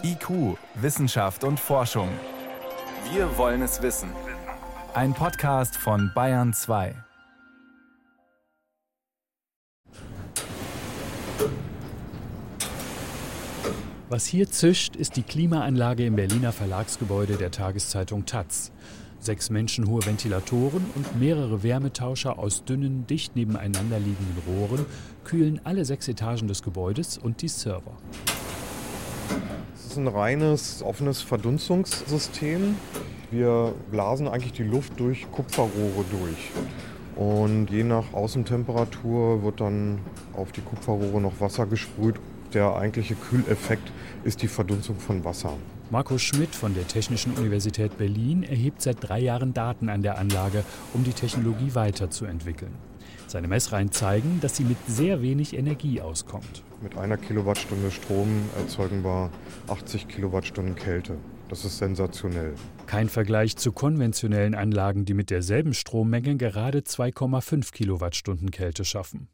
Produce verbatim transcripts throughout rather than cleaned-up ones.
I Q, Wissenschaft und Forschung. Wir wollen es wissen. Ein Podcast von Bayern zwei. Was hier zischt, ist die Klimaanlage im Berliner Verlagsgebäude der Tageszeitung taz. Sechs menschenhohe Ventilatoren und mehrere Wärmetauscher aus dünnen, dicht nebeneinander liegenden Rohren kühlen alle sechs Etagen des Gebäudes und die Server. Es ist ein reines, offenes Verdunstungssystem. Wir blasen eigentlich die Luft durch Kupferrohre durch. Und je nach Außentemperatur wird dann auf die Kupferrohre noch Wasser gesprüht. Der eigentliche Kühleffekt ist die Verdunstung von Wasser. Markus Schmidt von der Technischen Universität Berlin erhebt seit drei Jahren Daten an der Anlage, um die Technologie weiterzuentwickeln. Seine Messreihen zeigen, dass sie mit sehr wenig Energie auskommt. Mit einer Kilowattstunde Strom erzeugen wir achtzig Kilowattstunden Kälte. Das ist sensationell. Kein Vergleich zu konventionellen Anlagen, die mit derselben Strommenge gerade zwei Komma fünf Kilowattstunden Kälte schaffen.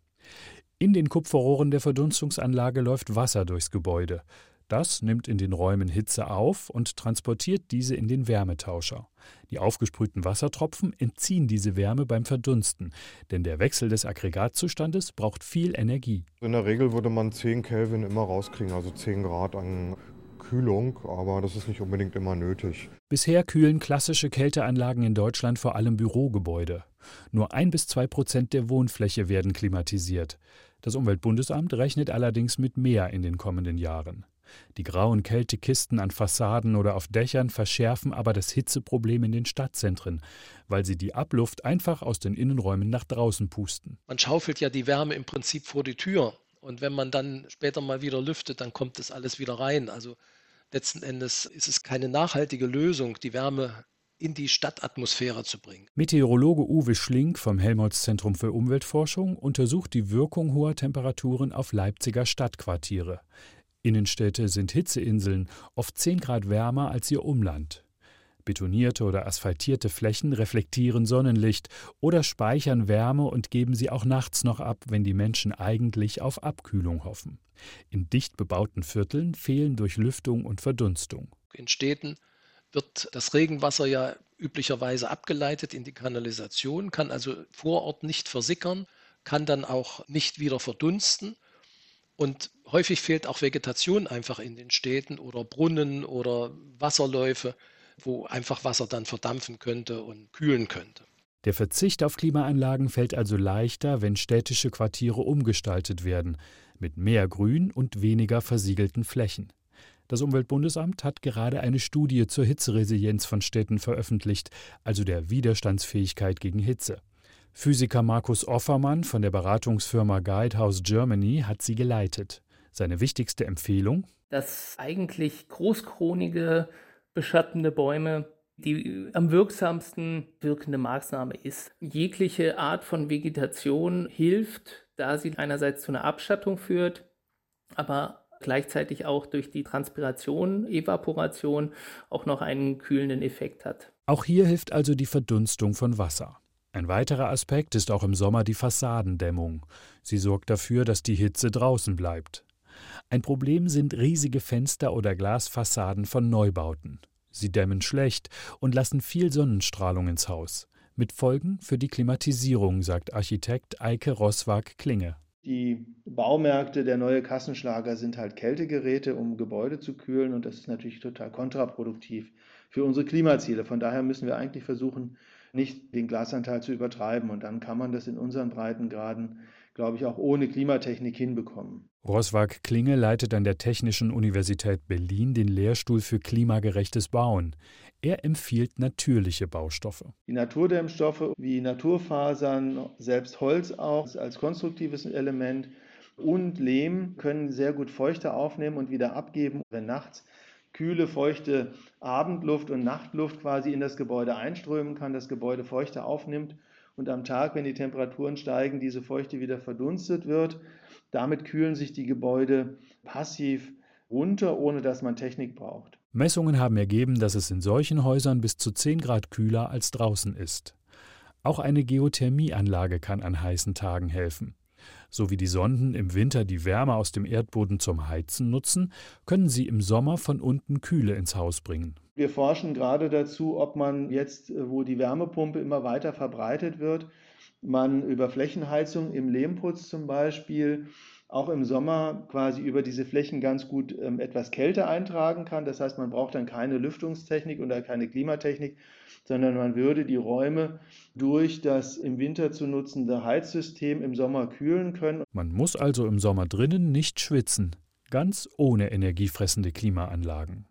In den Kupferrohren der Verdunstungsanlage läuft Wasser durchs Gebäude. Das nimmt in den Räumen Hitze auf und transportiert diese in den Wärmetauscher. Die aufgesprühten Wassertropfen entziehen diese Wärme beim Verdunsten, denn der Wechsel des Aggregatzustandes braucht viel Energie. In der Regel würde man zehn Kelvin immer rauskriegen, also zehn Grad an Kühlung, aber das ist nicht unbedingt immer nötig. Bisher kühlen klassische Kälteanlagen in Deutschland vor allem Bürogebäude. Nur ein bis zwei Prozent der Wohnfläche werden klimatisiert. Das Umweltbundesamt rechnet allerdings mit mehr in den kommenden Jahren. Die grauen Kältekisten an Fassaden oder auf Dächern verschärfen aber das Hitzeproblem in den Stadtzentren, weil sie die Abluft einfach aus den Innenräumen nach draußen pusten. Man schaufelt ja die Wärme im Prinzip vor die Tür. Und wenn man dann später mal wieder lüftet, dann kommt das alles wieder rein. Also letzten Endes ist es keine nachhaltige Lösung, die Wärme in die Stadtatmosphäre zu bringen. Meteorologe Uwe Schlink vom Helmholtz-Zentrum für Umweltforschung untersucht die Wirkung hoher Temperaturen auf Leipziger Stadtquartiere. Innenstädte sind Hitzeinseln, oft zehn Grad wärmer als ihr Umland. Betonierte oder asphaltierte Flächen reflektieren Sonnenlicht oder speichern Wärme und geben sie auch nachts noch ab, wenn die Menschen eigentlich auf Abkühlung hoffen. In dicht bebauten Vierteln fehlen Durchlüftung und Verdunstung. In Städten wird das Regenwasser ja üblicherweise abgeleitet in die Kanalisation, kann also vor Ort nicht versickern, kann dann auch nicht wieder verdunsten. Und häufig fehlt auch Vegetation einfach in den Städten oder Brunnen oder Wasserläufe, wo einfach Wasser dann verdampfen könnte und kühlen könnte. Der Verzicht auf Klimaanlagen fällt also leichter, wenn städtische Quartiere umgestaltet werden, mit mehr Grün und weniger versiegelten Flächen. Das Umweltbundesamt hat gerade eine Studie zur Hitzeresilienz von Städten veröffentlicht, also der Widerstandsfähigkeit gegen Hitze. Physiker Markus Offermann von der Beratungsfirma Guidehouse Germany hat sie geleitet. Seine wichtigste Empfehlung? Dass eigentlich großkronige, beschattende Bäume die am wirksamsten wirkende Maßnahme ist. Jegliche Art von Vegetation hilft, da sie einerseits zu einer Abschattung führt, aber gleichzeitig auch durch die Transpiration, Evaporation auch noch einen kühlenden Effekt hat. Auch hier hilft also die Verdunstung von Wasser. Ein weiterer Aspekt ist auch im Sommer die Fassadendämmung. Sie sorgt dafür, dass die Hitze draußen bleibt. Ein Problem sind riesige Fenster oder Glasfassaden von Neubauten. Sie dämmen schlecht und lassen viel Sonnenstrahlung ins Haus. Mit Folgen für die Klimatisierung, sagt Architekt Eike Roswag-Klinge. Die Baumärkte, der neue Kassenschlager sind halt Kältegeräte, um Gebäude zu kühlen, und das ist natürlich total kontraproduktiv für unsere Klimaziele. Von daher müssen wir eigentlich versuchen, nicht den Glasanteil zu übertreiben, und dann kann man das in unseren Breitengraden, glaube ich, auch ohne Klimatechnik hinbekommen. Roswag-Klinge leitet an der Technischen Universität Berlin den Lehrstuhl für klimagerechtes Bauen. Er empfiehlt natürliche Baustoffe. Die Naturdämmstoffe wie Naturfasern, selbst Holz auch als konstruktives Element, und Lehm können sehr gut Feuchte aufnehmen und wieder abgeben. Wenn nachts kühle, feuchte Abendluft und Nachtluft quasi in das Gebäude einströmen kann, das Gebäude Feuchte aufnimmt und am Tag, wenn die Temperaturen steigen, diese Feuchte wieder verdunstet wird. Damit kühlen sich die Gebäude passiv runter, ohne dass man Technik braucht. Messungen haben ergeben, dass es in solchen Häusern bis zu zehn Grad kühler als draußen ist. Auch eine Geothermieanlage kann an heißen Tagen helfen. So wie die Sonden im Winter die Wärme aus dem Erdboden zum Heizen nutzen, können sie im Sommer von unten Kühle ins Haus bringen. Wir forschen gerade dazu, ob man jetzt, wo die Wärmepumpe immer weiter verbreitet wird, man über Flächenheizung im Lehmputz zum Beispiel auch im Sommer quasi über diese Flächen ganz gut ähm, etwas Kälte eintragen kann. Das heißt, man braucht dann keine Lüftungstechnik oder keine Klimatechnik, sondern man würde die Räume durch das im Winter zu nutzende Heizsystem im Sommer kühlen können. Man muss also im Sommer drinnen nicht schwitzen, ganz ohne energiefressende Klimaanlagen.